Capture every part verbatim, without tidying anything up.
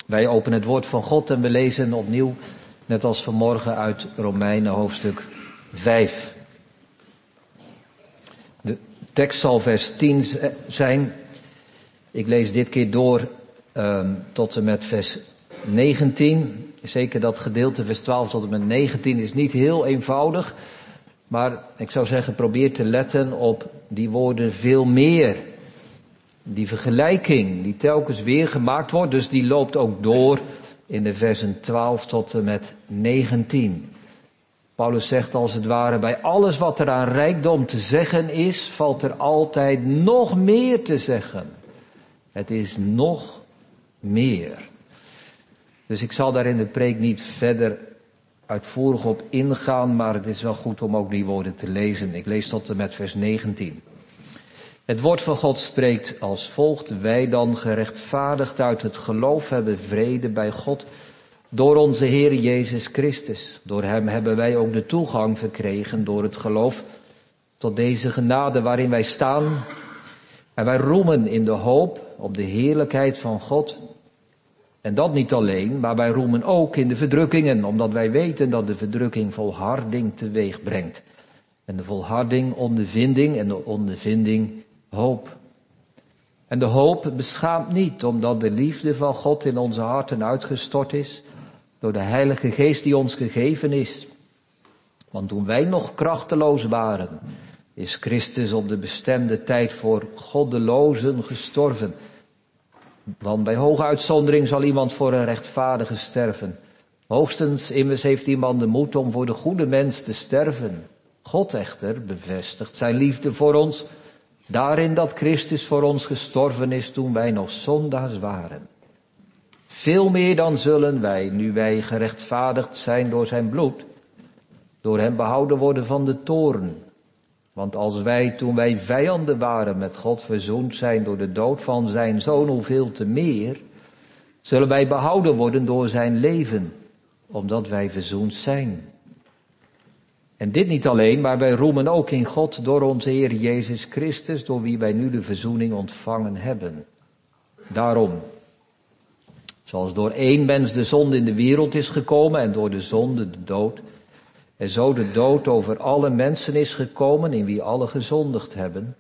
Wij openen het woord van God en we lezen opnieuw, net als vanmorgen, uit Romeinen hoofdstuk vijf. De tekst zal vers tien zijn. Ik lees dit keer door um, tot en met vers negentien. Zeker dat gedeelte vers twaalf tot en met negentien is niet heel eenvoudig. Maar ik zou zeggen, probeer te letten op die woorden veel meer. Die vergelijking die telkens weer gemaakt wordt, dus die loopt ook door in de versen twaalf tot en met negentien. Paulus zegt als het ware, bij alles wat er aan rijkdom te zeggen is, valt er altijd nog meer te zeggen. Het is nog meer. Dus ik zal daar in de preek niet verder uitvoerig op ingaan, maar het is wel goed om ook die woorden te lezen. Ik lees tot en met vers negentien. Het woord van God spreekt als volgt: wij dan gerechtvaardigd uit het geloof hebben vrede bij God door onze Heer Jezus Christus. Door hem hebben wij ook de toegang verkregen door het geloof tot deze genade waarin wij staan. En wij roemen in de hoop op de heerlijkheid van God. En dat niet alleen, maar wij roemen ook in de verdrukkingen, omdat wij weten dat de verdrukking volharding teweeg brengt. En de volharding ondervinding en de ondervinding hoop. En de hoop beschaamt niet, omdat de liefde van God in onze harten uitgestort is, door de Heilige Geest die ons gegeven is. Want toen wij nog krachteloos waren, is Christus op de bestemde tijd voor goddelozen gestorven. Want bij hoge uitzondering zal iemand voor een rechtvaardige sterven. Hoogstens immers heeft iemand de moed om voor de goede mens te sterven. God echter bevestigt zijn liefde voor ons, daarin dat Christus voor ons gestorven is toen wij nog zondaars waren. Veel meer dan zullen wij, nu wij gerechtvaardigd zijn door zijn bloed, door hem behouden worden van de toorn. Want als wij, toen wij vijanden waren met God, verzoend zijn door de dood van zijn Zoon, hoeveel te meer, zullen wij behouden worden door zijn leven, omdat wij verzoend zijn. En dit niet alleen, maar wij roemen ook in God door onze Heer Jezus Christus, door wie wij nu de verzoening ontvangen hebben. Daarom, zoals door één mens de zonde in de wereld is gekomen en door de zonde de dood, en zo de dood over alle mensen is gekomen in wie alle gezondigd hebben.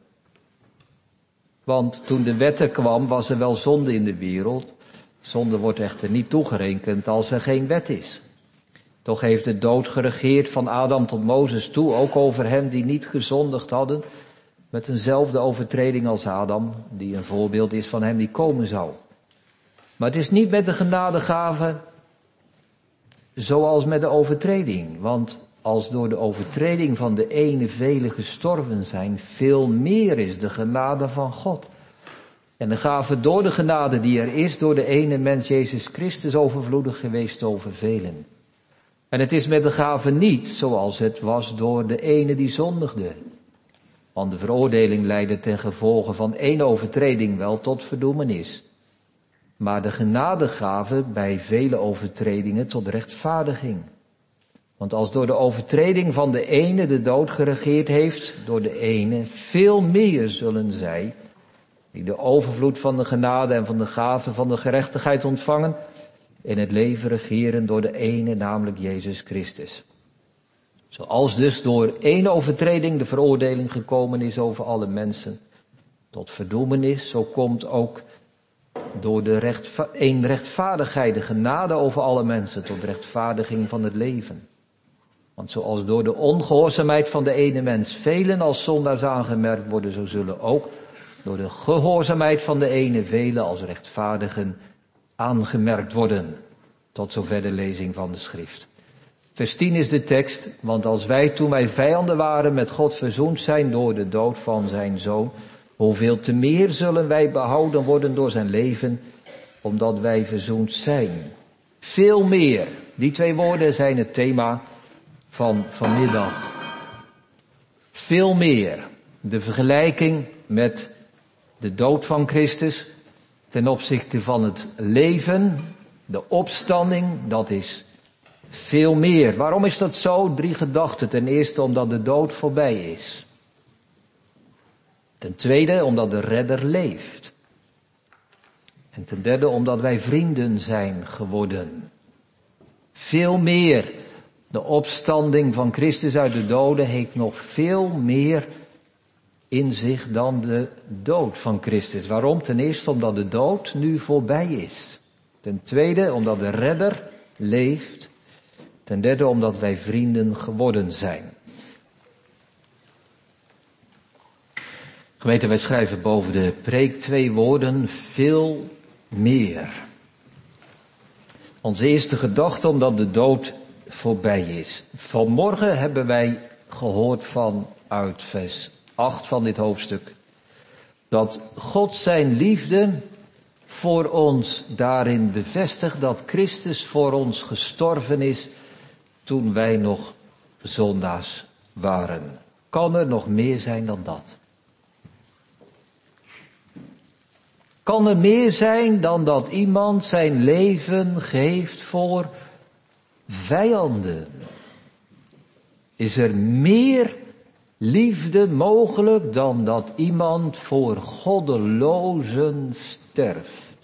Want toen de wet er kwam, was er wel zonde in de wereld. Zonde wordt echter niet toegerekend als er geen wet is. Toch heeft de dood geregeerd van Adam tot Mozes toe, ook over hen die niet gezondigd hadden, met eenzelfde overtreding als Adam, die een voorbeeld is van hem die komen zou. Maar het is niet met de genadegave zoals met de overtreding, want als door de overtreding van de ene velen gestorven zijn, veel meer is de genade van God. En de gave door de genade die er is, door de ene mens Jezus Christus overvloedig geweest over velen. En het is met de gave niet zoals het was door de ene die zondigde. Want de veroordeling leidde ten gevolge van één overtreding wel tot verdoemenis. Maar de genadegave bij vele overtredingen tot rechtvaardiging. Want als door de overtreding van de ene de dood geregeerd heeft, door de ene, veel meer zullen zij, die de overvloed van de genade en van de gave van de gerechtigheid ontvangen, in het leven regeren door de ene, namelijk Jezus Christus. Zoals dus door één overtreding de veroordeling gekomen is over alle mensen tot verdoemenis, zo komt ook door de rechtva- één rechtvaardigheid de genade over alle mensen tot rechtvaardiging van het leven. Want zoals door de ongehoorzaamheid van de ene mens velen als zondaars aangemerkt worden, zo zullen ook door de gehoorzaamheid van de ene velen als rechtvaardigen aangemerkt worden. Tot zover de lezing van de schrift. Vers tien is de tekst, want als wij toen wij vijanden waren met God verzoend zijn door de dood van zijn Zoon, hoeveel te meer zullen wij behouden worden door zijn leven, omdat wij verzoend zijn. Veel meer. Die twee woorden zijn het thema van vanmiddag. Veel meer. De vergelijking met de dood van Christus ten opzichte van het leven, de opstanding, dat is veel meer. Waarom is dat zo? Drie gedachten. Ten eerste omdat de dood voorbij is. Ten tweede omdat de redder leeft. En ten derde omdat wij vrienden zijn geworden. Veel meer. De opstanding van Christus uit de doden heeft nog veel meer in zich dan de dood van Christus. Waarom? Ten eerste omdat de dood nu voorbij is. Ten tweede omdat de redder leeft. Ten derde omdat wij vrienden geworden zijn. Gemeente, wij schrijven boven de preek twee woorden, veel meer. Onze eerste gedachte omdat de dood voorbij is. Vanmorgen hebben wij gehoord vanuit vers acht van dit hoofdstuk, dat God zijn liefde voor ons daarin bevestigt, dat Christus voor ons gestorven is toen wij nog zondaars waren. Kan er nog meer zijn dan dat? Kan er meer zijn dan dat iemand zijn leven geeft voor vijanden? Is er meer liefde mogelijk dan dat iemand voor goddelozen sterft?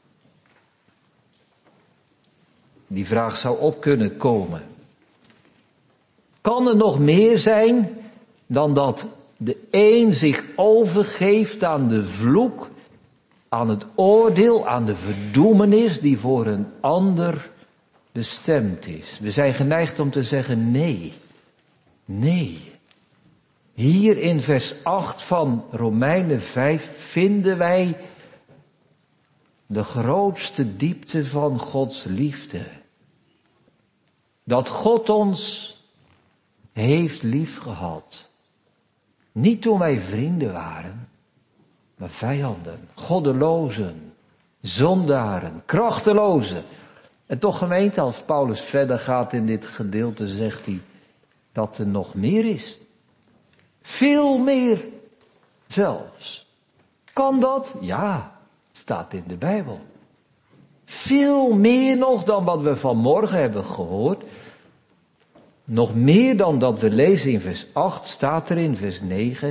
Die vraag zou op kunnen komen. Kan er nog meer zijn dan dat de een zich overgeeft aan de vloek, aan het oordeel, aan de verdoemenis die voor een ander bestemd is? We zijn geneigd om te zeggen nee, nee. Hier in vers acht van Romeinen vijf vinden wij de grootste diepte van Gods liefde. Dat God ons heeft liefgehad. Niet toen wij vrienden waren, maar vijanden, goddelozen, zondaren, krachtelozen. En toch gemeente, als Paulus verder gaat in dit gedeelte, zegt hij dat er nog meer is. Veel meer zelfs. Kan dat? Ja, het staat in de Bijbel. Veel meer nog dan wat we vanmorgen hebben gehoord. Nog meer dan dat we lezen in vers acht, staat er in vers negen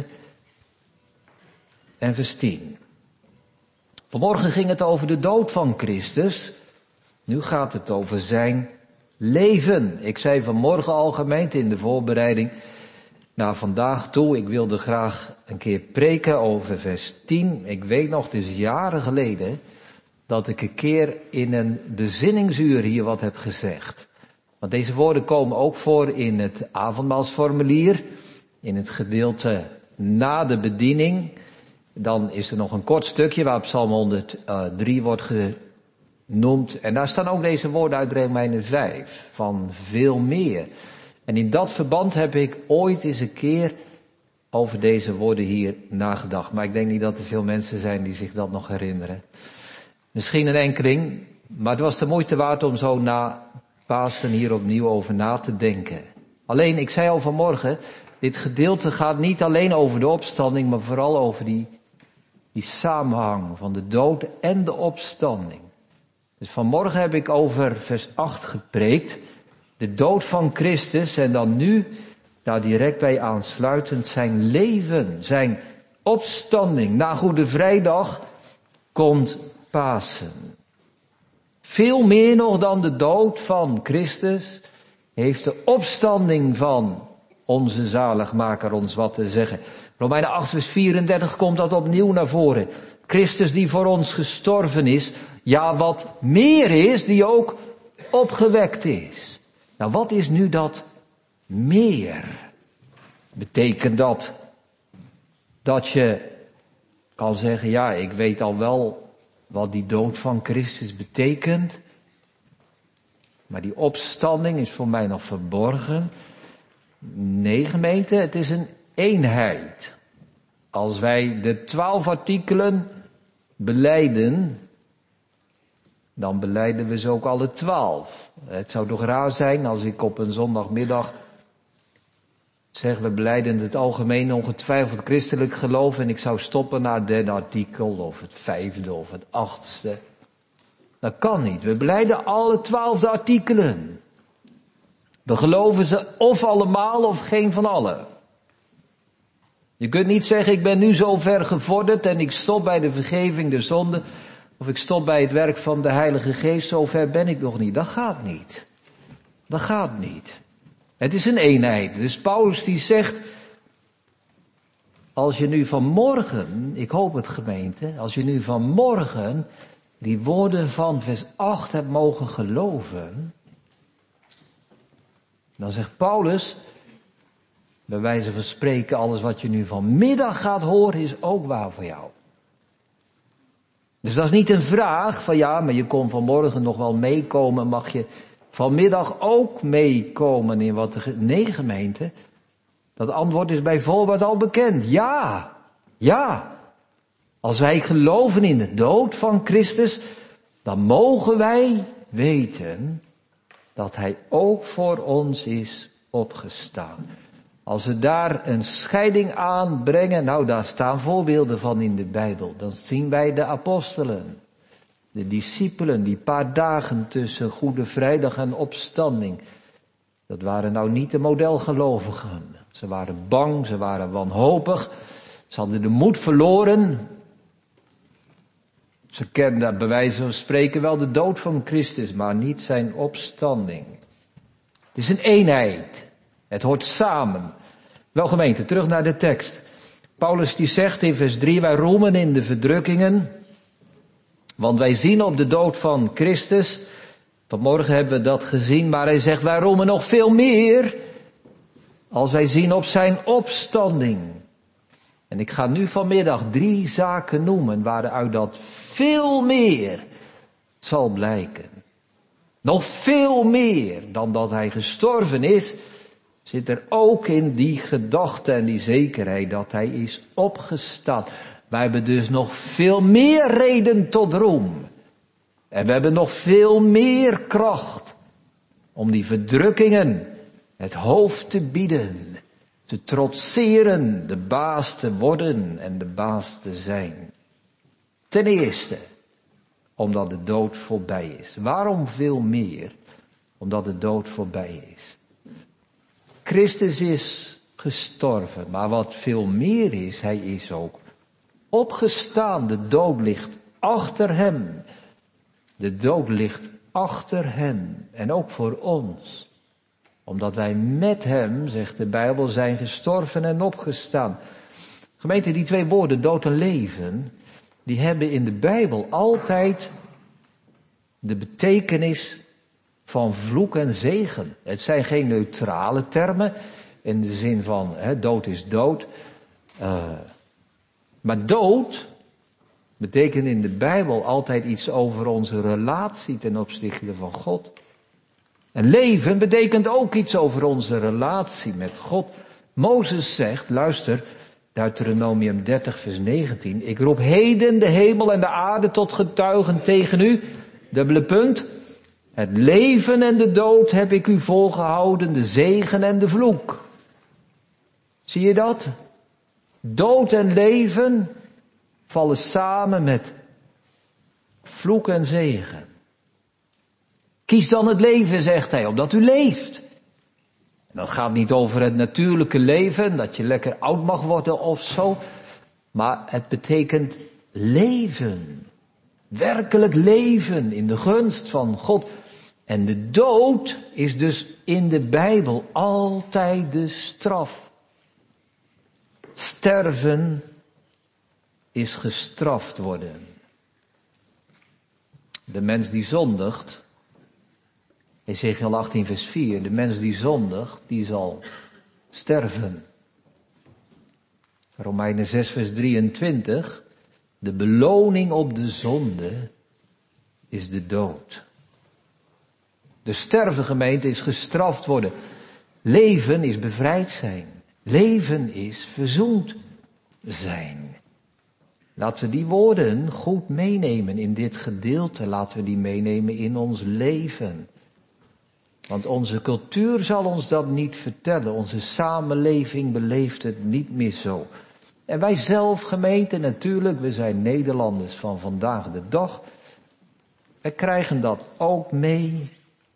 en vers tien. Vanmorgen ging het over de dood van Christus. Nu gaat het over zijn leven. Ik zei vanmorgen al, gemeente, in de voorbereiding naar vandaag toe, ik wilde graag een keer preken over vers tien. Ik weet nog, het is jaren geleden dat ik een keer in een bezinningsuur hier wat heb gezegd. Want deze woorden komen ook voor in het avondmaalsformulier, in het gedeelte na de bediening. Dan is er nog een kort stukje waar Psalm honderddrie wordt genoemd. En daar staan ook deze woorden uit Romeinen vijf, van veel meer. En in dat verband heb ik ooit eens een keer over deze woorden hier nagedacht. Maar ik denk niet dat er veel mensen zijn die zich dat nog herinneren. Misschien een enkeling, maar het was de moeite waard om zo na Pasen hier opnieuw over na te denken. Alleen, ik zei al vanmorgen, dit gedeelte gaat niet alleen over de opstanding, maar vooral over die, die samenhang van de dood en de opstanding. Dus vanmorgen heb ik over vers acht gepreekt, de dood van Christus, en dan nu, daar direct bij aansluitend, zijn leven, zijn opstanding. Na Goede Vrijdag komt Pasen. Veel meer nog dan de dood van Christus heeft de opstanding van onze zaligmaker ons wat te zeggen. Romeinen acht vers vierendertig komt dat opnieuw naar voren. Christus die voor ons gestorven is, ja wat meer is, die ook opgewekt is. Nou, wat is nu dat meer? Betekent dat dat je kan zeggen, ja, ik weet al wel wat die dood van Christus betekent, maar die opstanding is voor mij nog verborgen? Nee, gemeente, het is een eenheid. Als wij de twaalf artikelen belijden, dan belijden we ze ook alle twaalf. Het zou toch raar zijn als ik op een zondagmiddag zeg, we belijden het algemeen ongetwijfeld christelijk geloof en ik zou stoppen na het derde artikel of het vijfde of het achtste. Dat kan niet. We belijden alle twaalfde artikelen. We geloven ze of allemaal of geen van allen. Je kunt niet zeggen, ik ben nu zo ver gevorderd en ik stop bij de vergeving der zonde. Of ik stop bij het werk van de Heilige Geest, zover ben ik nog niet. Dat gaat niet. Dat gaat niet. Het is een eenheid. Dus Paulus die zegt, als je nu vanmorgen, ik hoop het gemeente, als je nu vanmorgen die woorden van vers acht hebt mogen geloven, dan zegt Paulus, bij wijze van spreken, alles wat je nu vanmiddag gaat horen is ook waar voor jou. Dus dat is niet een vraag van ja, maar je kon vanmorgen nog wel meekomen, mag je vanmiddag ook meekomen in wat de... Nee, gemeente, dat antwoord is bijvoorbeeld al bekend. Ja, ja. Als wij geloven in de dood van Christus, dan mogen wij weten dat Hij ook voor ons is opgestaan. Als we daar een scheiding aan brengen, nou daar staan voorbeelden van in de Bijbel. Dan zien wij de apostelen, de discipelen, die paar dagen tussen Goede Vrijdag en opstanding. Dat waren nou niet de modelgelovigen. Ze waren bang, ze waren wanhopig, ze hadden de moed verloren. Ze kenden bij wijze van spreken wel de dood van Christus, maar niet zijn opstanding. Het is een eenheid. Het hoort samen. Wel gemeente, terug naar de tekst. Paulus die zegt in vers drie, wij roemen in de verdrukkingen, want wij zien op de dood van Christus. Vanmorgen hebben we dat gezien, maar hij zegt, wij roemen nog veel meer als wij zien op zijn opstanding. En ik ga nu vanmiddag drie zaken noemen waaruit dat veel meer zal blijken. Nog veel meer dan dat hij gestorven is, zit er ook in die gedachte en die zekerheid dat hij is opgestaan. Wij hebben dus nog veel meer reden tot roem. En we hebben nog veel meer kracht om die verdrukkingen het hoofd te bieden, te trotseren, de baas te worden en de baas te zijn. Ten eerste, omdat de dood voorbij is. Waarom veel meer? Omdat de dood voorbij is. Christus is gestorven, maar wat veel meer is, hij is ook opgestaan. De dood ligt achter hem. De dood ligt achter hem en ook voor ons. Omdat wij met hem, zegt de Bijbel, zijn gestorven en opgestaan. Gemeente, die twee woorden, dood en leven, die hebben in de Bijbel altijd de betekenis van vloek en zegen. Het zijn geen neutrale termen, in de zin van, hè, dood is dood. Uh, maar dood betekent in de Bijbel altijd iets over onze relatie ten opzichte van God. En leven betekent ook iets over onze relatie met God. Mozes zegt, luister, Deuteronomium dertig vers negentien, ik roep heden de hemel en de aarde tot getuigen tegen u, dubbele punt, het leven en de dood heb ik u voorgehouden, de zegen en de vloek. Zie je dat? Dood en leven vallen samen met vloek en zegen. Kies dan het leven, zegt hij, omdat u leeft. En dat gaat niet over het natuurlijke leven, dat je lekker oud mag worden of zo. Maar het betekent leven. Werkelijk leven in de gunst van God. En de dood is dus in de Bijbel altijd de straf. Sterven is gestraft worden. De mens die zondigt, Ezechiel achttien vers vier, de mens die zondigt, die zal sterven. Romeinen zes vers drieëntwintig, de beloning op de zonde is de dood. De sterven, gemeente, is gestraft worden. Leven is bevrijd zijn. Leven is verzoend zijn. Laten we die woorden goed meenemen in dit gedeelte. Laten we die meenemen in ons leven. Want onze cultuur zal ons dat niet vertellen. Onze samenleving beleeft het niet meer zo. En wij zelf, gemeente, natuurlijk, we zijn Nederlanders van vandaag de dag. We krijgen dat ook mee.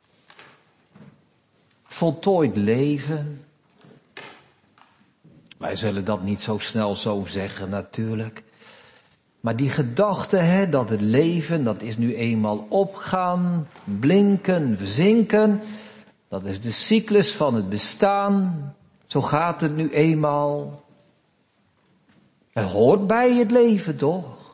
Voltooid leven. Wij zullen dat niet zo snel zo zeggen natuurlijk. Maar die gedachte, hè, dat het leven, dat is nu eenmaal opgaan, blinken, verzinken. Dat is de cyclus van het bestaan. Zo gaat het nu eenmaal. Het hoort bij het leven, toch?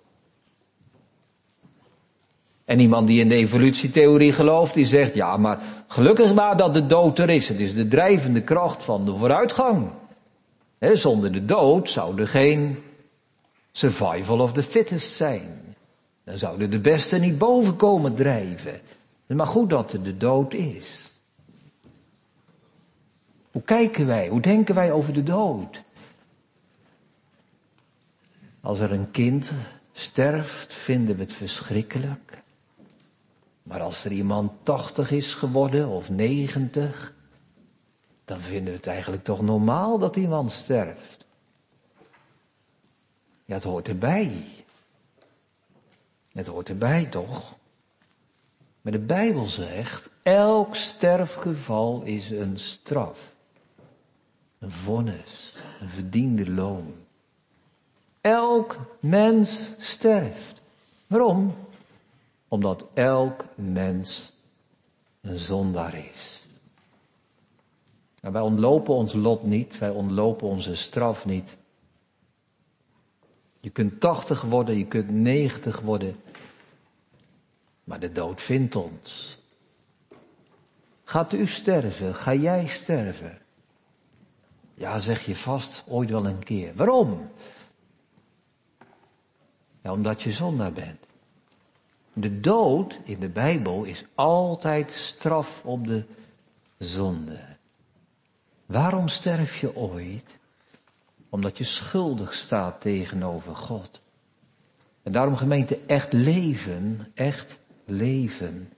En iemand die in de evolutietheorie gelooft, die zegt, ja, maar gelukkig maar dat de dood er is. Het is de drijvende kracht van de vooruitgang. He, zonder de dood zou er geen survival of the fittest zijn. Dan zouden de beste niet boven komen drijven. Het is maar goed dat er de dood is. Hoe kijken wij, hoe denken wij over de dood? Als er een kind sterft, vinden we het verschrikkelijk. Maar als er iemand tachtig is geworden of negentig, dan vinden we het eigenlijk toch normaal dat iemand sterft. Ja, het hoort erbij. Het hoort erbij, toch? Maar de Bijbel zegt, elk sterfgeval is een straf. Een vonnis, een verdiende loon. Elk mens sterft. Waarom? Omdat elk mens een zondaar is. En wij ontlopen ons lot niet, wij ontlopen onze straf niet. Je kunt tachtig worden, je kunt negentig worden, maar de dood vindt ons. Gaat u sterven? Ga jij sterven? Ja, zeg je vast, ooit wel een keer. Waarom? Ja, omdat je zondaar bent. De dood in de Bijbel is altijd straf op de zonde. Waarom sterf je ooit? Omdat je schuldig staat tegenover God. En daarom, gemeente, echt leven, echt leven,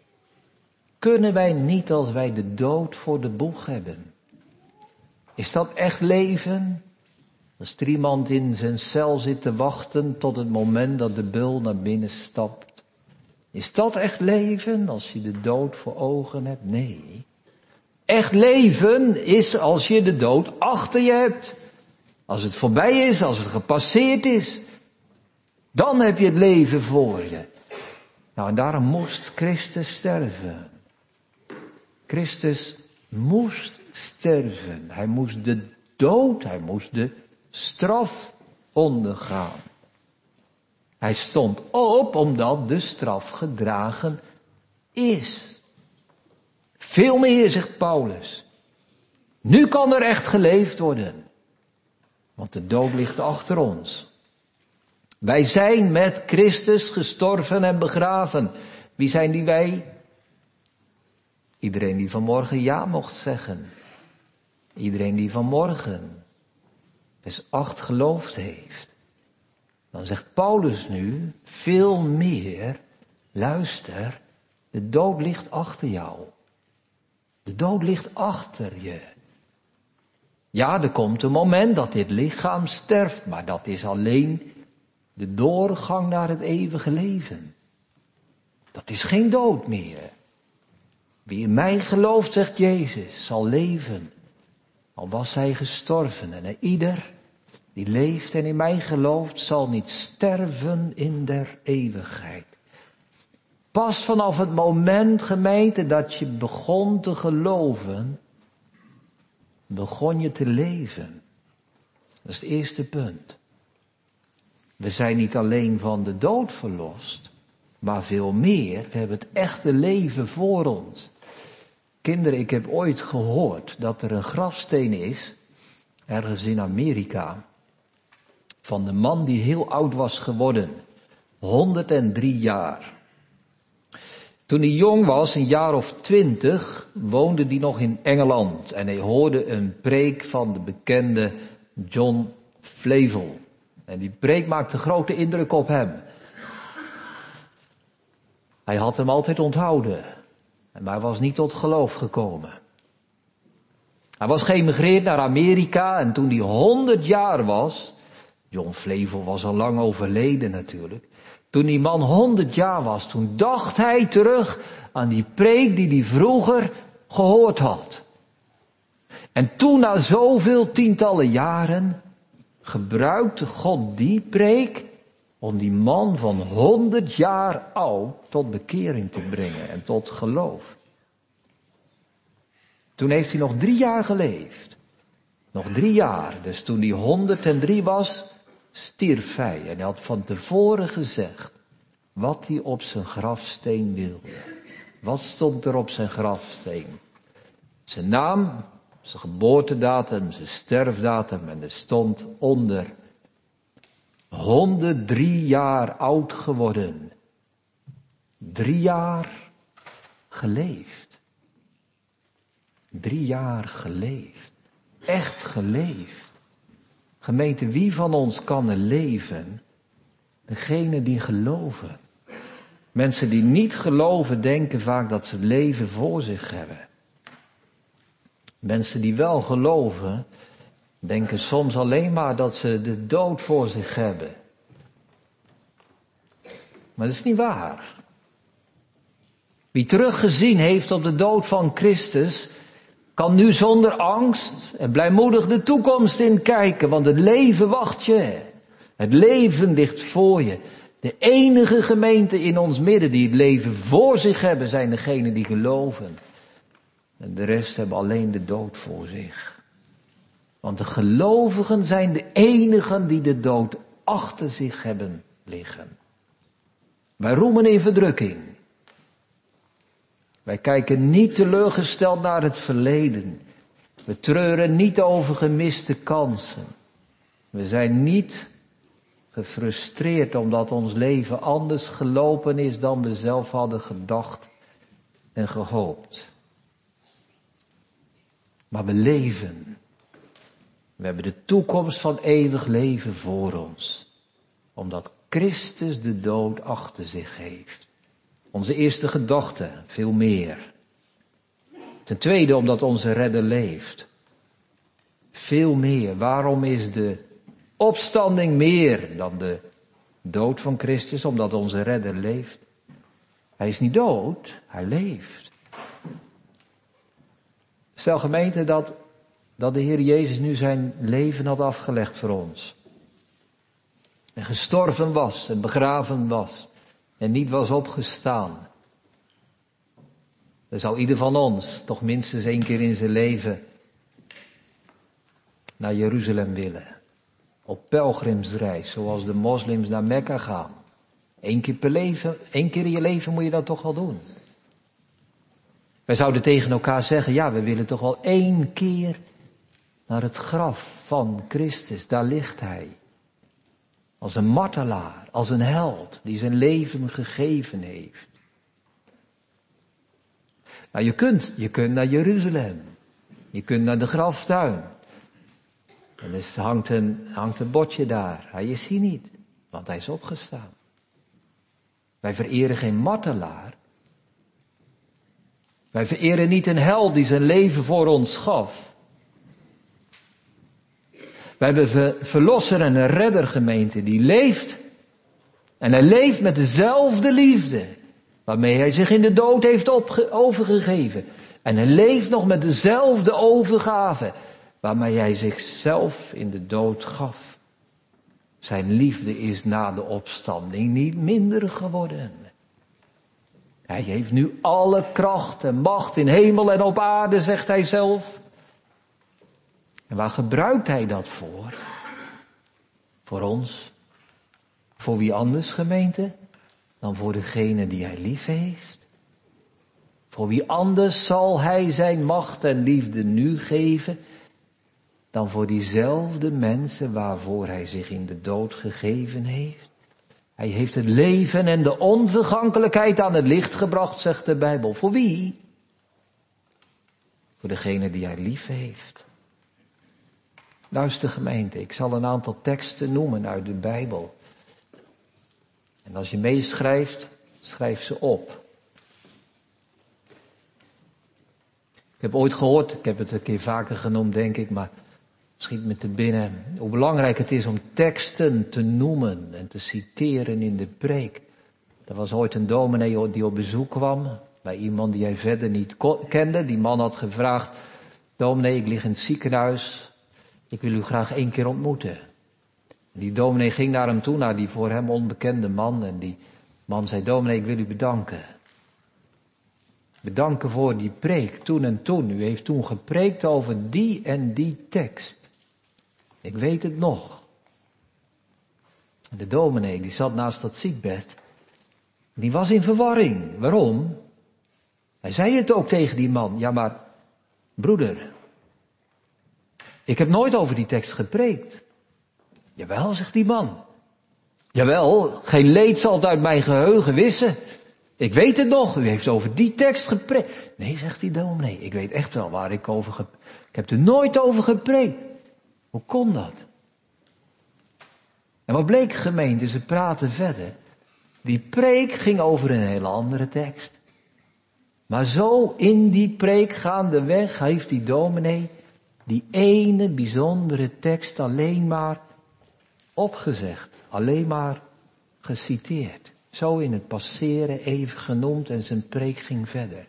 kunnen wij niet als wij de dood voor de boeg hebben. Is dat echt leven? Als er iemand in zijn cel zit te wachten tot het moment dat de beul naar binnen stapt. Is dat echt leven als je de dood voor ogen hebt? Nee. Echt leven is als je de dood achter je hebt. Als het voorbij is, als het gepasseerd is. Dan heb je het leven voor je. Nou, en daarom moest Christus sterven. Christus moest sterven. Hij moest de dood, hij moest de straf ondergaan. Hij stond op omdat de straf gedragen is. Veel meer, zegt Paulus. Nu kan er echt geleefd worden. Want de dood ligt achter ons. Wij zijn met Christus gestorven en begraven. Wie zijn die wij? Iedereen die vanmorgen ja mocht zeggen. Iedereen die vanmorgen vers acht geloofd heeft. Dan zegt Paulus nu veel meer. Luister, de dood ligt achter jou. De dood ligt achter je. Ja, er komt een moment dat dit lichaam sterft, maar dat is alleen de doorgang naar het eeuwige leven. Dat is geen dood meer. Wie in mij gelooft, zegt Jezus, zal leven, al was hij gestorven. En ieder die leeft en in mij gelooft, zal niet sterven in der eeuwigheid. Pas vanaf het moment, gemeente, dat je begon te geloven, begon je te leven. Dat is het eerste punt. We zijn niet alleen van de dood verlost, maar veel meer, we hebben het echte leven voor ons. Kinderen, ik heb ooit gehoord dat er een grafsteen is, ergens in Amerika, van de man die heel oud was geworden, honderddrie jaar. Toen hij jong was, een jaar of twintig, woonde hij nog in Engeland en hij hoorde een preek van de bekende John Flavel. En die preek maakte grote indruk op hem. Hij had hem altijd onthouden, maar hij was niet tot geloof gekomen. Hij was geëmigreerd naar Amerika en toen hij honderd jaar was, John Flavel was al lang overleden natuurlijk. Toen die man honderd jaar was, toen dacht hij terug aan die preek die hij vroeger gehoord had. En toen na zoveel tientallen jaren gebruikte God die preek om die man van honderd jaar oud tot bekering te brengen en tot geloof. Toen heeft hij nog drie jaar geleefd. Nog drie jaar. Dus toen hij honderddrie was, stierf hij. En hij had van tevoren gezegd wat hij op zijn grafsteen wilde. Wat stond er op zijn grafsteen? Zijn naam, zijn geboortedatum, zijn sterfdatum. En er stond onder honderddrie jaar oud geworden. Drie jaar geleefd. Drie jaar geleefd. Echt geleefd. Gemeente, wie van ons kan er leven? Degene die geloven. Mensen die niet geloven denken vaak dat ze het leven voor zich hebben. Mensen die wel geloven denken soms alleen maar dat ze de dood voor zich hebben. Maar dat is niet waar. Wie teruggezien heeft op de dood van Christus, kan nu zonder angst en blijmoedig de toekomst in kijken, want het leven wacht je. Het leven ligt voor je. De enige gemeente in ons midden die het leven voor zich hebben, zijn degenen die geloven. En de rest hebben alleen de dood voor zich. Want de gelovigen zijn de enigen die de dood achter zich hebben liggen. Wij roemen in verdrukking. Wij kijken niet teleurgesteld naar het verleden. We treuren niet over gemiste kansen. We zijn niet gefrustreerd omdat ons leven anders gelopen is dan we zelf hadden gedacht en gehoopt. Maar we leven. We hebben de toekomst van eeuwig leven voor ons. Omdat Christus de dood achter zich heeft. Onze eerste gedachte, veel meer. Ten tweede, omdat onze redder leeft. Veel meer. Waarom is de opstanding meer dan de dood van Christus? Omdat onze redder leeft. Hij is niet dood, hij leeft. Stel gemeente dat, dat de Heer Jezus nu zijn leven had afgelegd voor ons. En gestorven was en begraven was. En niet was opgestaan. Dan zou ieder van ons toch minstens één keer in zijn leven naar Jeruzalem willen. Op pelgrimsreis, zoals de moslims naar Mekka gaan. Eén keer per leven, één keer in je leven moet je dat toch wel doen. Wij zouden tegen elkaar zeggen, ja, we willen toch wel één keer naar het graf van Christus. Daar ligt hij. Als een martelaar, als een held die zijn leven gegeven heeft. Nou, je kunt, je kunt naar Jeruzalem. Je kunt naar de graftuin. En er hangt een, hangt een bordje daar. Hij is hier niet, want hij is opgestaan. Wij vereren geen martelaar. Wij vereren niet een held die zijn leven voor ons gaf. Wij hebben een verlosser en een redder, gemeente, die leeft. En hij leeft met dezelfde liefde waarmee hij zich in de dood heeft opge- overgegeven. En hij leeft nog met dezelfde overgave waarmee hij zichzelf in de dood gaf. Zijn liefde is na de opstanding niet minder geworden. Hij heeft nu alle kracht en macht in hemel en op aarde, zegt hij zelf. En waar gebruikt hij dat voor? Voor ons. Voor wie anders, gemeente, dan voor degene die hij lief heeft? Voor wie anders zal hij zijn macht en liefde nu geven dan voor diezelfde mensen waarvoor hij zich in de dood gegeven heeft? Hij heeft het leven en de onvergankelijkheid aan het licht gebracht, zegt de Bijbel. Voor wie? Voor degene die hij lief heeft. Luister gemeente, ik zal een aantal teksten noemen uit de Bijbel. En als je meeschrijft, schrijf ze op. Ik heb ooit gehoord, ik heb het een keer vaker genoemd denk ik, maar schiet me te binnen, hoe belangrijk het is om teksten te noemen en te citeren in de preek. Er was ooit een dominee die op bezoek kwam bij iemand die hij verder niet kende. Die man had gevraagd, dominee, ik lig in het ziekenhuis, ik wil u graag één keer ontmoeten. Die dominee ging naar hem toe, naar die voor hem onbekende man. En die man zei, dominee, ik wil u bedanken. Bedanken voor die preek, toen en toen. U heeft toen gepreekt over die en die tekst. Ik weet het nog. De dominee, die zat naast dat ziekbed. Die was in verwarring. Waarom? Hij zei het ook tegen die man. Ja, maar, broeder, ik heb nooit over die tekst gepreekt. Jawel, zegt die man. Jawel, geen leed zal het uit mijn geheugen wissen. Ik weet het nog, u heeft over die tekst gepreekt. Nee, zegt die dominee, ik weet echt wel waar ik over gepreekt. Ik heb er nooit over gepreekt. Hoe kon dat? En wat bleek, gemeente, ze praten verder. Die preek ging over een hele andere tekst. Maar zo in die preek gaandeweg heeft die dominee die ene bijzondere tekst alleen maar opgezegd. Alleen maar geciteerd. Zo in het passeren even genoemd en zijn preek ging verder.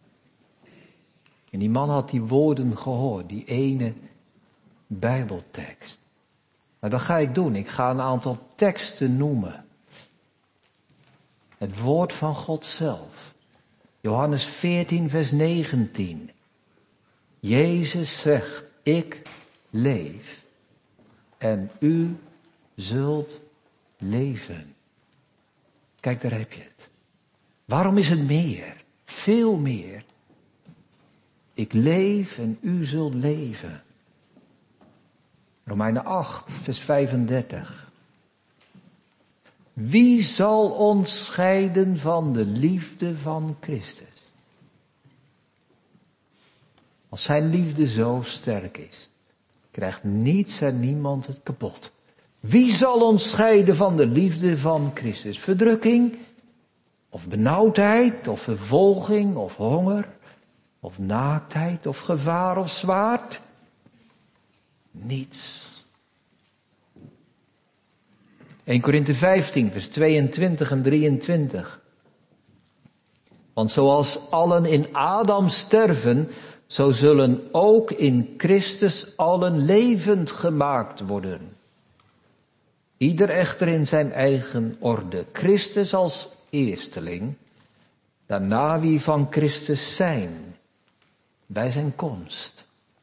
En die man had die woorden gehoord, die ene Bijbeltekst. Nou, dat ga ik doen. Ik ga een aantal teksten noemen. Het woord van God zelf. Johannes veertien, vers negentien. Jezus zegt, ik leef en u zult leven. Kijk, daar heb je het. Waarom is het meer? Veel meer. Ik leef en u zult leven. Romeinen acht, vers vijfendertig. Wie zal ons scheiden van de liefde van Christus? Als zijn liefde zo sterk is, krijgt niets en niemand het kapot. Wie zal ons scheiden van de liefde van Christus? Verdrukking, of benauwdheid, of vervolging, of honger, of naaktheid, of gevaar, of zwaard? Niets. Eerste Korinthe vijftien, vers tweeëntwintig en drieëntwintig. Want zoals allen in Adam sterven, zo zullen ook in Christus allen levend gemaakt worden. Ieder echter in zijn eigen orde. Christus als eersteling, daarna wie van Christus zijn, bij zijn komst.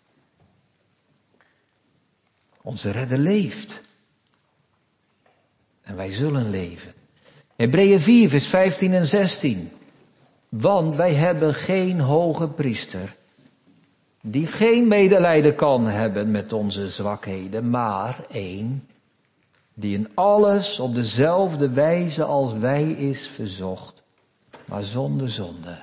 Onze redder leeft. En wij zullen leven. Hebreeën vier, vers vijftien en zestien. Want wij hebben geen hoge priester, die geen medelijden kan hebben met onze zwakheden, maar één, die in alles op dezelfde wijze als wij is verzocht, maar zonder zonde.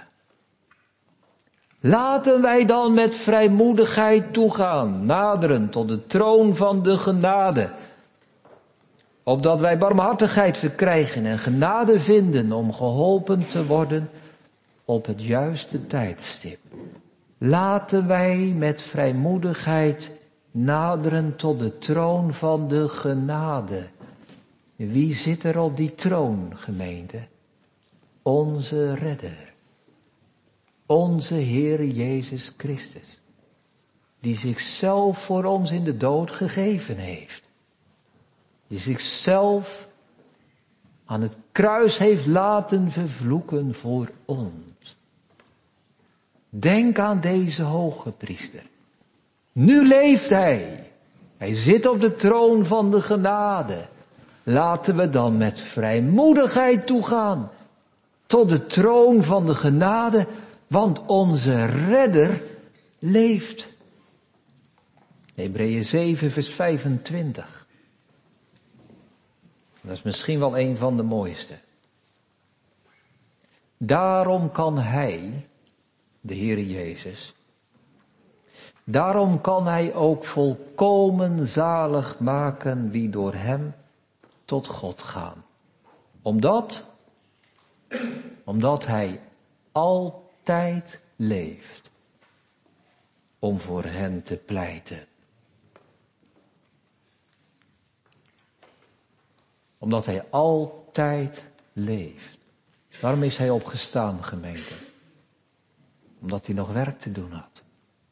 Laten wij dan met vrijmoedigheid toegaan, naderen tot de troon van de genade, opdat wij barmhartigheid verkrijgen en genade vinden om geholpen te worden op het juiste tijdstip. Laten wij met vrijmoedigheid naderen tot de troon van de genade. Wie zit er op die troon, gemeente? Onze redder. Onze Heere Jezus Christus. Die zichzelf voor ons in de dood gegeven heeft. Die zichzelf aan het kruis heeft laten vervloeken voor ons. Denk aan deze hoge priester. Nu leeft hij. Hij zit op de troon van de genade. Laten we dan met vrijmoedigheid toegaan tot de troon van de genade, want onze redder leeft. Hebreeën zeven, vers vijfentwintig. Dat is misschien wel een van de mooiste. Daarom kan hij, de Heere Jezus, daarom kan hij ook volkomen zalig maken wie door hem tot God gaan. Omdat, omdat hij altijd leeft om voor hen te pleiten. Omdat hij altijd leeft. Waarom is hij opgestaan, gemeente? Omdat hij nog werk te doen had.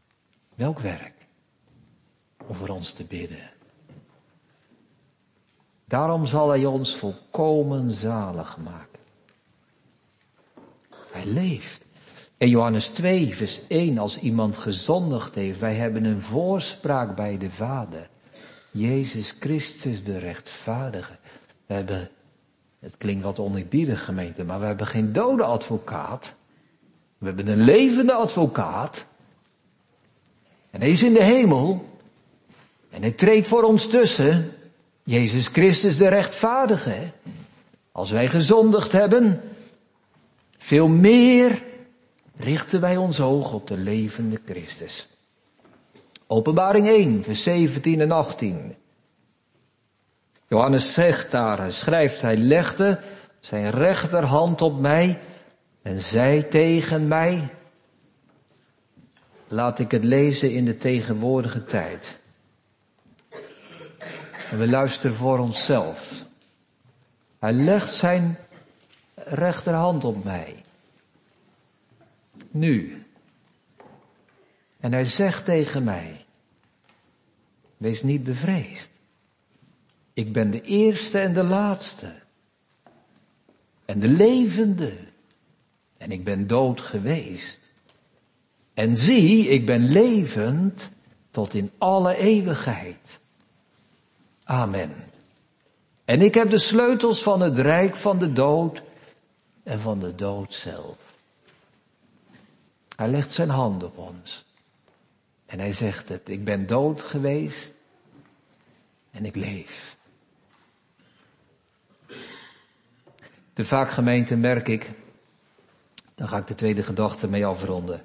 Welk werk? Om voor ons te bidden. Daarom zal hij ons volkomen zalig maken. Hij leeft. In Johannes twee, vers één, als iemand gezondigd heeft, wij hebben een voorspraak bij de Vader. Jezus Christus, de rechtvaardige. We hebben, het klinkt wat oneerbiedig gemeente, maar we hebben geen dode advocaat. We hebben een levende advocaat. En hij is in de hemel. En hij treedt voor ons tussen. Jezus Christus, de rechtvaardige. Als wij gezondigd hebben, veel meer richten wij ons oog op de levende Christus. Openbaring één, vers zeventien en achttien. Johannes zegt daar, hij schrijft, hij legde zijn rechterhand op mij en zei tegen mij, laat ik het lezen in de tegenwoordige tijd. En we luisteren voor onszelf. Hij legt zijn rechterhand op mij. Nu. En hij zegt tegen mij, wees niet bevreesd. Ik ben de eerste en de laatste. En de levende. En ik ben dood geweest. En zie, ik ben levend tot in alle eeuwigheid. Amen. En ik heb de sleutels van het rijk van de dood en van de dood zelf. Hij legt zijn hand op ons. En hij zegt het, ik ben dood geweest en ik leef. Te vaak gemeente merk ik, dan ga ik de tweede gedachte mee afronden.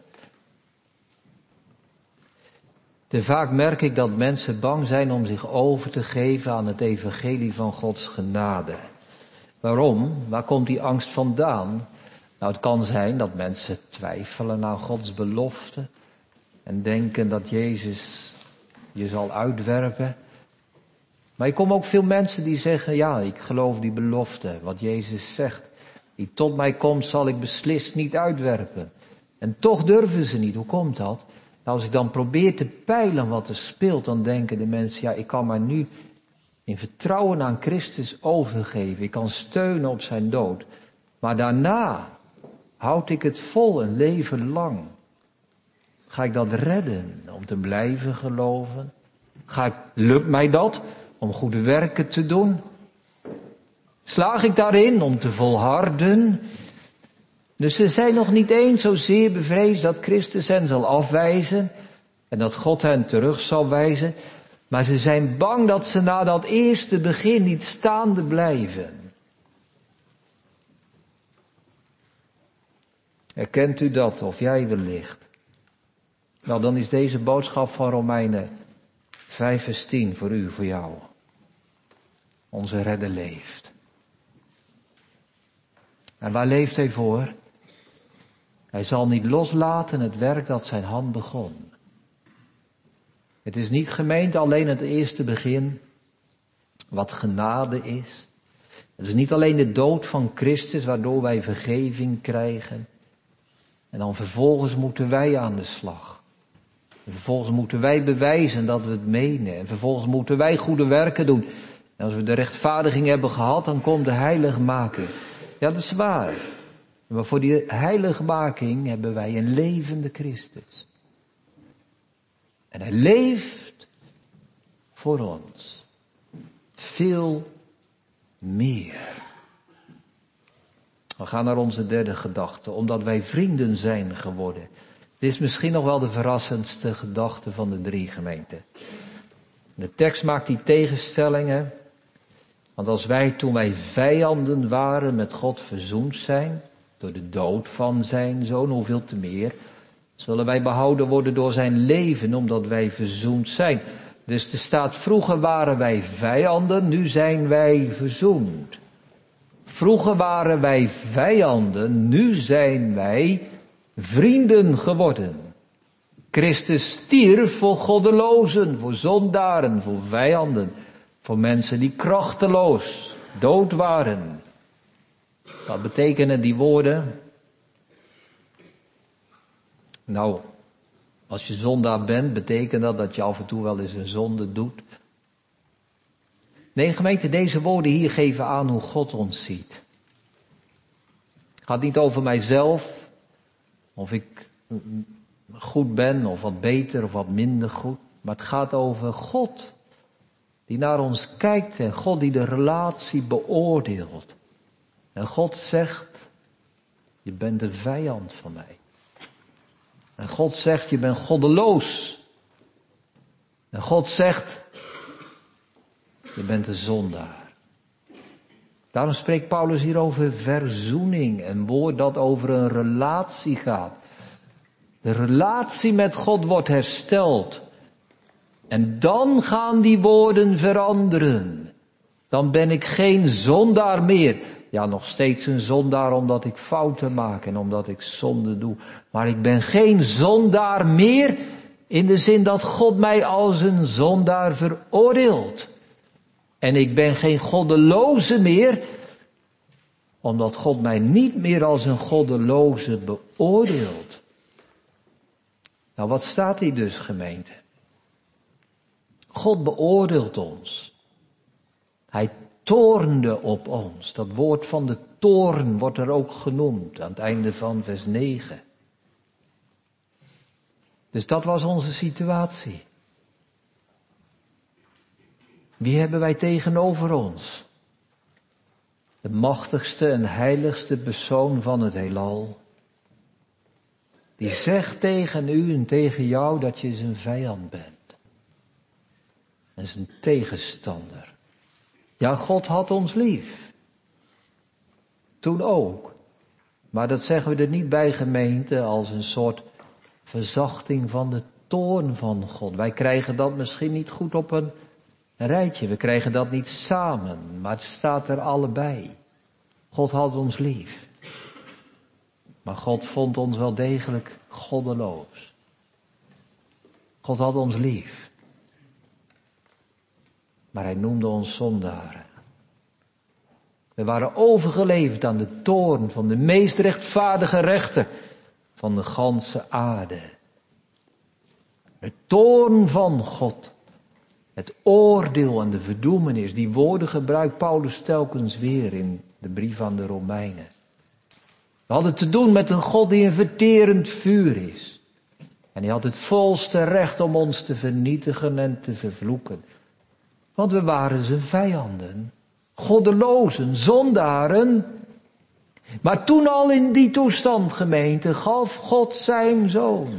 Te vaak merk ik dat mensen bang zijn om zich over te geven aan het evangelie van Gods genade. Waarom? Waar komt die angst vandaan? Nou, het kan zijn dat mensen twijfelen aan Gods belofte en denken dat Jezus je zal uitwerpen. Maar ik kom ook veel mensen die zeggen, ja, ik geloof die belofte, wat Jezus zegt. Die tot mij komt zal ik beslist niet uitwerpen. En toch durven ze niet. Hoe komt dat? Nou, als ik dan probeer te peilen wat er speelt, dan denken de mensen, ja, ik kan mij nu in vertrouwen aan Christus overgeven. Ik kan steunen op zijn dood. Maar daarna houd ik het vol een leven lang. Ga ik dat redden om te blijven geloven? Ga ik, lukt mij dat om goede werken te doen? Slaag ik daarin om te volharden? Dus ze zijn nog niet eens zozeer bevreesd dat Christus hen zal afwijzen en dat God hen terug zal wijzen. Maar ze zijn bang dat ze na dat eerste begin niet staande blijven. Herkent u dat, of jij wellicht? Nou, dan is deze boodschap van Romeinen vijf vers tien voor u, voor jou. Onze redder leeft. En waar leeft hij voor? Hij zal niet loslaten het werk dat zijn hand begon. Het is niet gemeend alleen het eerste begin, wat genade is. Het is niet alleen de dood van Christus, waardoor wij vergeving krijgen. En dan vervolgens moeten wij aan de slag. En vervolgens moeten wij bewijzen dat we het menen. En vervolgens moeten wij goede werken doen. En als we de rechtvaardiging hebben gehad, dan komt de heiligmaking. Ja, dat is waar. Maar voor die heiligmaking hebben wij een levende Christus. En hij leeft voor ons. Veel meer. We gaan naar onze derde gedachte. Omdat wij vrienden zijn geworden. Dit is misschien nog wel de verrassendste gedachte van de drie gemeenten. De tekst maakt die tegenstellingen. Want als wij toen wij vijanden waren met God verzoend zijn. Door de dood van zijn zoon, hoeveel te meer. Zullen wij behouden worden door zijn leven, omdat wij verzoend zijn. Dus er staat, vroeger waren wij vijanden, nu zijn wij verzoend. Vroeger waren wij vijanden, nu zijn wij vrienden geworden. Christus stierf voor goddelozen, voor zondaren, voor vijanden. Voor mensen die krachteloos, dood waren. Wat betekenen die woorden? Nou, als je zondaar bent, betekent dat dat je af en toe wel eens een zonde doet. Nee, gemeente, deze woorden hier geven aan hoe God ons ziet. Het gaat niet over mijzelf, of ik goed ben, of wat beter, of wat minder goed. Maar het gaat over God, die naar ons kijkt en God die de relatie beoordeelt. En God zegt, je bent de vijand van mij. En God zegt, je bent goddeloos. En God zegt, je bent een zondaar. Daarom spreekt Paulus hier over verzoening, een woord dat over een relatie gaat. De relatie met God wordt hersteld. En dan gaan die woorden veranderen. Dan ben ik geen zondaar meer. Ja, nog steeds een zondaar omdat ik fouten maak en omdat ik zonde doe. Maar ik ben geen zondaar meer in de zin dat God mij als een zondaar veroordeelt. En ik ben geen goddeloze meer, omdat God mij niet meer als een goddeloze beoordeelt. Nou, wat staat hier dus, gemeente? God beoordeelt ons. Hij toornde op ons. Dat woord van de toorn wordt er ook genoemd aan het einde van vers negen. Dus dat was onze situatie. Wie hebben wij tegenover ons? De machtigste en heiligste persoon van het heelal. Die zegt tegen u en tegen jou dat je zijn vijand bent. En zijn tegenstander. Ja, God had ons lief. Toen ook. Maar dat zeggen we er niet bij, gemeente, als een soort verzachting van de toorn van God. Wij krijgen dat misschien niet goed op een rijtje. We krijgen dat niet samen. Maar het staat er allebei. God had ons lief. Maar God vond ons wel degelijk goddeloos. God had ons lief. Maar hij noemde ons zondaren. We waren overgeleverd aan de toorn van de meest rechtvaardige rechter van de ganse aarde. De toorn van God. Het oordeel en de verdoemenis. Die woorden gebruikt Paulus telkens weer in de brief aan de Romeinen. We hadden te doen met een God die een verterend vuur is. En hij had het volste recht om ons te vernietigen en te vervloeken. Want we waren zijn vijanden. Goddelozen, zondaren. Maar toen al in die toestand, gemeente, gaf God zijn zoon.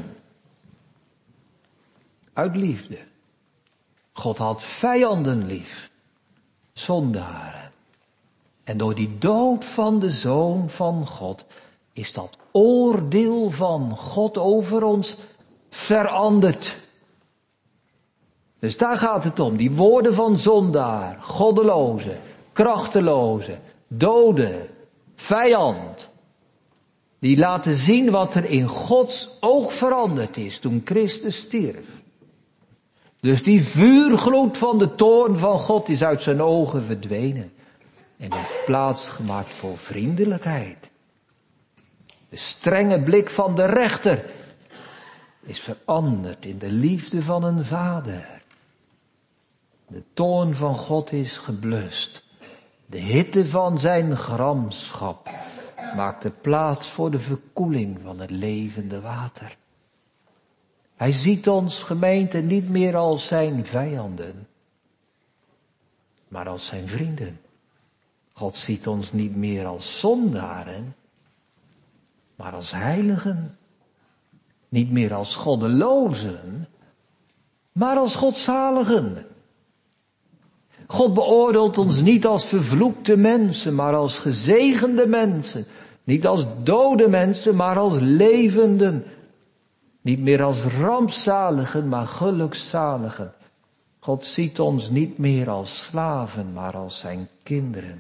Uit liefde. God had vijanden lief. Zondaren. En door die dood van de Zoon van God is dat oordeel van God over ons veranderd. Dus daar gaat het om. Die woorden van zondaar, goddeloze, krachteloze, dode, vijand. Die laten zien wat er in Gods oog veranderd is toen Christus stierf. Dus die vuurgloed van de toorn van God is uit zijn ogen verdwenen. En heeft plaats gemaakt voor vriendelijkheid. De strenge blik van de rechter is veranderd in de liefde van een vader. De toorn van God is geblust. De hitte van zijn gramschap maakte plaats voor de verkoeling van het levende water. Hij ziet ons, gemeente, niet meer als zijn vijanden, maar als zijn vrienden. God ziet ons niet meer als zondaren, maar als heiligen. Niet meer als goddelozen, maar als godzaligen. God beoordeelt ons niet als vervloekte mensen, maar als gezegende mensen. Niet als dode mensen, maar als levenden. Niet meer als rampzaligen, maar gelukzaligen. God ziet ons niet meer als slaven, maar als zijn kinderen.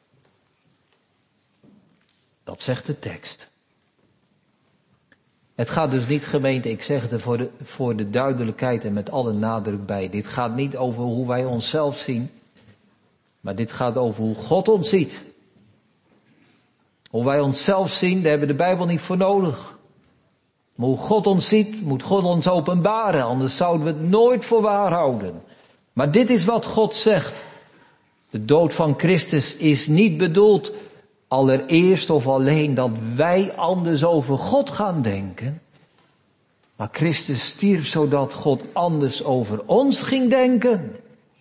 Dat zegt de tekst. Het gaat dus niet, gemeente, ik zeg het er voor de, voor de duidelijkheid en met alle nadruk bij. Dit gaat niet over hoe wij onszelf zien, maar dit gaat over hoe God ons ziet. Hoe wij onszelf zien, daar hebben we de Bijbel niet voor nodig. Maar hoe God ons ziet, moet God ons openbaren, anders zouden we het nooit voor waar houden. Maar dit is wat God zegt. De dood van Christus is niet bedoeld allereerst of alleen dat wij anders over God gaan denken. Maar Christus stierf zodat God anders over ons ging denken.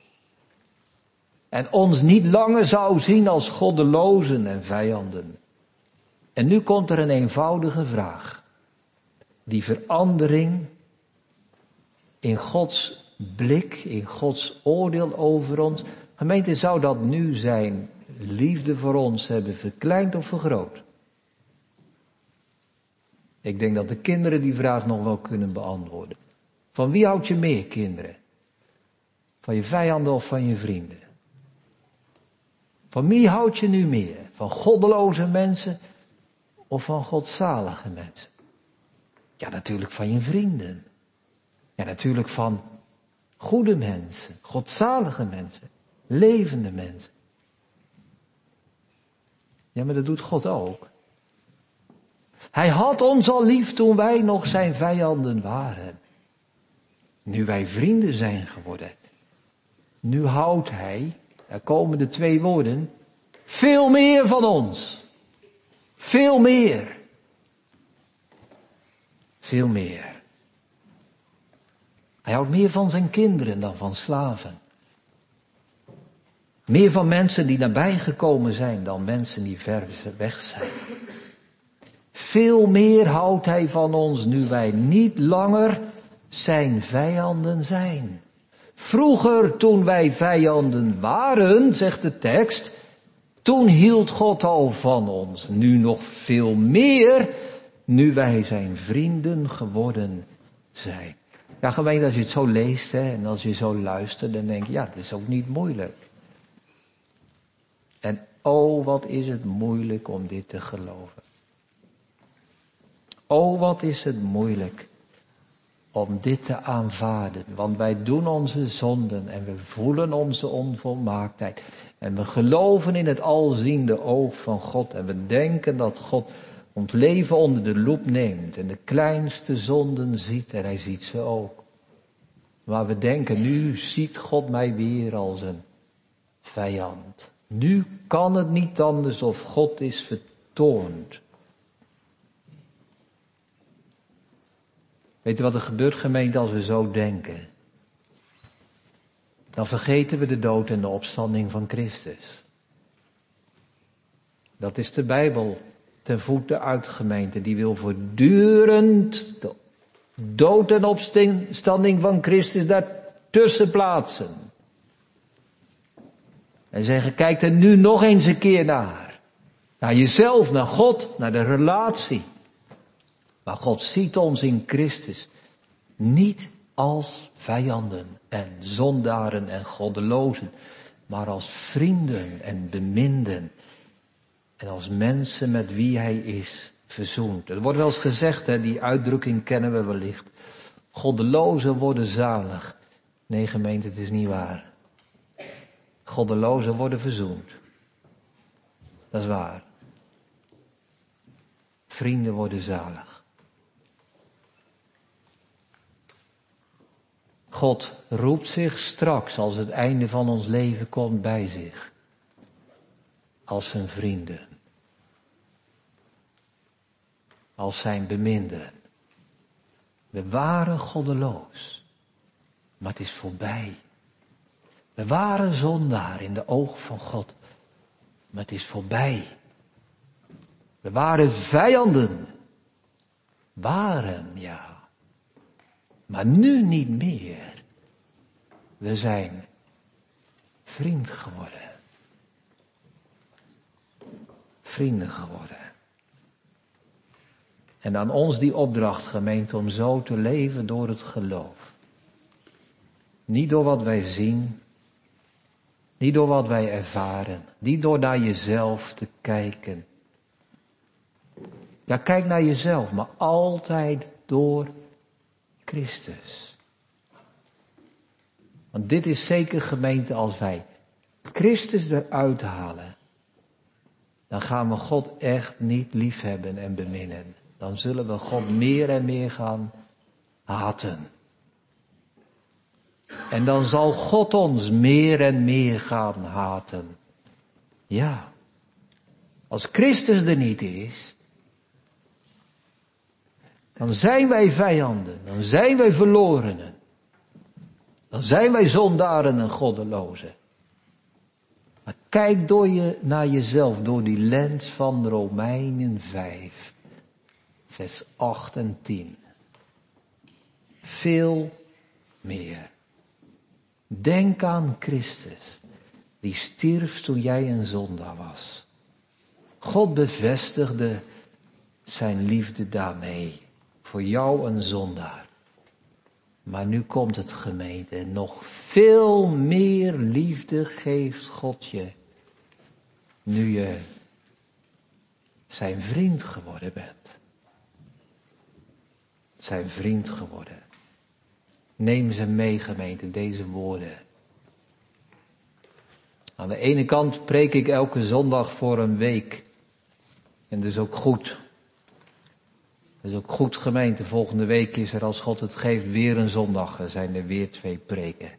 En ons niet langer zou zien als goddelozen en vijanden. En nu komt er een eenvoudige vraag. Die verandering in Gods blik, in Gods oordeel over ons. Gemeente, zou dat nu zijn liefde voor ons hebben verkleind of vergroot? Ik denk dat de kinderen die vraag nog wel kunnen beantwoorden. Van wie houd je meer, kinderen? Van je vijanden of van je vrienden? Van wie houd je nu meer? Van goddeloze mensen of van godzalige mensen? Ja, natuurlijk van je vrienden. Ja, natuurlijk van goede mensen, godzalige mensen, levende mensen. Ja, maar dat doet God ook. Hij had ons al lief toen wij nog zijn vijanden waren. Nu wij vrienden zijn geworden. Nu houdt hij, daar komen de twee woorden, veel meer van ons. Veel meer. Veel meer. Hij houdt meer van zijn kinderen dan van slaven. Meer van mensen die nabij gekomen zijn dan mensen die ver weg zijn. Veel meer houdt hij van ons nu wij niet langer zijn vijanden zijn. Vroeger, toen wij vijanden waren, zegt de tekst, toen hield God al van ons. Nu nog veel meer, nu wij zijn vrienden geworden zijn. Ja, gemeente, als je het zo leest, hè, en als je zo luistert, dan denk je, ja, het is ook niet moeilijk. En oh, wat is het moeilijk om dit te geloven. Oh, wat is het moeilijk om dit te aanvaarden. Want wij doen onze zonden en we voelen onze onvolmaaktheid. En we geloven in het alziende oog van God. En we denken dat God ons leven onder de loep neemt. En de kleinste zonden ziet en hij ziet ze ook. Maar we denken, nu ziet God mij weer als een vijand. Nu kan het niet anders of God is vertoornd. Weet je wat er gebeurt, gemeente, als we zo denken? Dan vergeten we de dood en de opstanding van Christus. Dat is de Bijbel ten voete uit, gemeente. Die wil voortdurend de dood en opstanding van Christus daartussen plaatsen. En zeggen, kijk er nu nog eens een keer naar. Naar jezelf, naar God, naar de relatie. Maar God ziet ons in Christus niet als vijanden en zondaren en goddelozen, maar als vrienden en beminden. En als mensen met wie hij is verzoend. Er wordt wel eens gezegd, hè, die uitdrukking kennen we wellicht. Goddelozen worden zalig. Nee, gemeente, het is niet waar. Goddelozen worden verzoend. Dat is waar. Vrienden worden zalig. God roept zich straks, als het einde van ons leven komt, bij zich. Als zijn vrienden. Als zijn beminden. We waren goddeloos. Maar het is voorbij. We waren zondaar in de ogen van God. Maar het is voorbij. We waren vijanden. Waren, ja. Maar nu niet meer. We zijn vriend geworden. Vrienden geworden. En aan ons die opdracht, gemeente, om zo te leven door het geloof. Niet door wat wij zien. Niet door wat wij ervaren. Niet door naar jezelf te kijken. Ja, kijk naar jezelf, maar altijd door Christus. Want dit is zeker, gemeente, als wij Christus eruit halen, dan gaan we God echt niet liefhebben en beminnen. Dan zullen we God meer en meer gaan haten. En dan zal God ons meer en meer gaan haten. Ja. Als Christus er niet is, dan zijn wij vijanden, dan zijn wij verlorenen. Dan zijn wij zondaren en goddelozen. Maar kijk door je, naar jezelf, door die lens van Romeinen vijf, vers acht en tien. Veel meer. Denk aan Christus, die stierf toen jij een zondaar was. God bevestigde zijn liefde daarmee, voor jou een zondaar. Maar nu komt het, gemeente, nog veel meer liefde geeft God je, nu je zijn vriend geworden bent. Zijn vriend geworden. Neem ze mee, gemeente, deze woorden. Aan de ene kant preek ik elke zondag voor een week. En dat is ook goed. Dat is ook goed, gemeente. Volgende week is er, als God het geeft, weer een zondag. Er zijn er weer twee preken.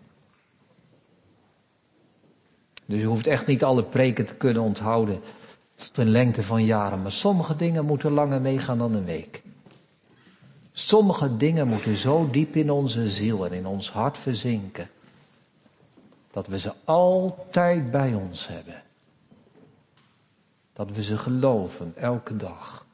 Dus je hoeft echt niet alle preken te kunnen onthouden tot een lengte van jaren. Maar sommige dingen moeten langer meegaan dan een week. Sommige dingen moeten zo diep in onze ziel en in ons hart verzinken, dat we ze altijd bij ons hebben. Dat we ze geloven, elke dag.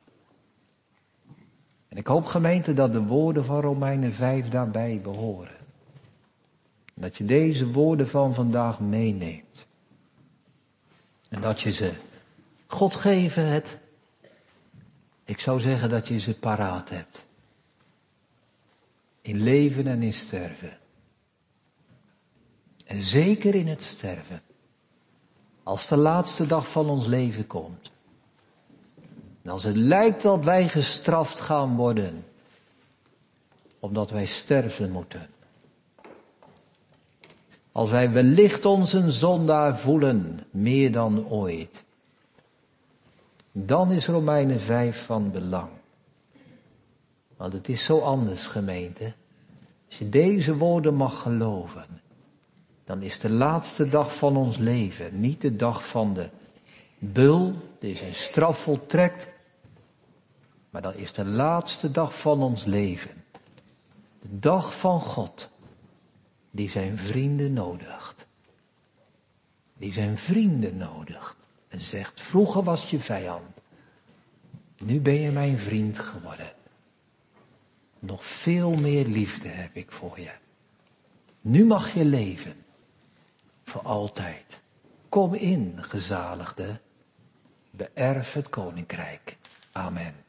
En ik hoop, gemeente, dat de woorden van Romeinen vijf daarbij behoren. En dat je deze woorden van vandaag meeneemt. En dat je ze, God geven het, ik zou zeggen dat je ze paraat hebt. In leven en in sterven. En zeker in het sterven. Als de laatste dag van ons leven komt. En als het lijkt dat wij gestraft gaan worden. Omdat wij sterven moeten. Als wij wellicht ons een zondaar voelen, meer dan ooit. Dan is Romeinen vijf van belang. Want het is zo anders, gemeente. Als je deze woorden mag geloven, dan is de laatste dag van ons leven niet de dag van de bul die zijn straf voltrekt, maar dan is de laatste dag van ons leven de dag van God die zijn vrienden nodigt. Die zijn vrienden nodigt en zegt, vroeger was je vijand, nu ben je mijn vriend geworden. Nog veel meer liefde heb ik voor je. Nu mag je leven. Voor altijd. Kom in, gezaligde. Beërf het koninkrijk. Amen.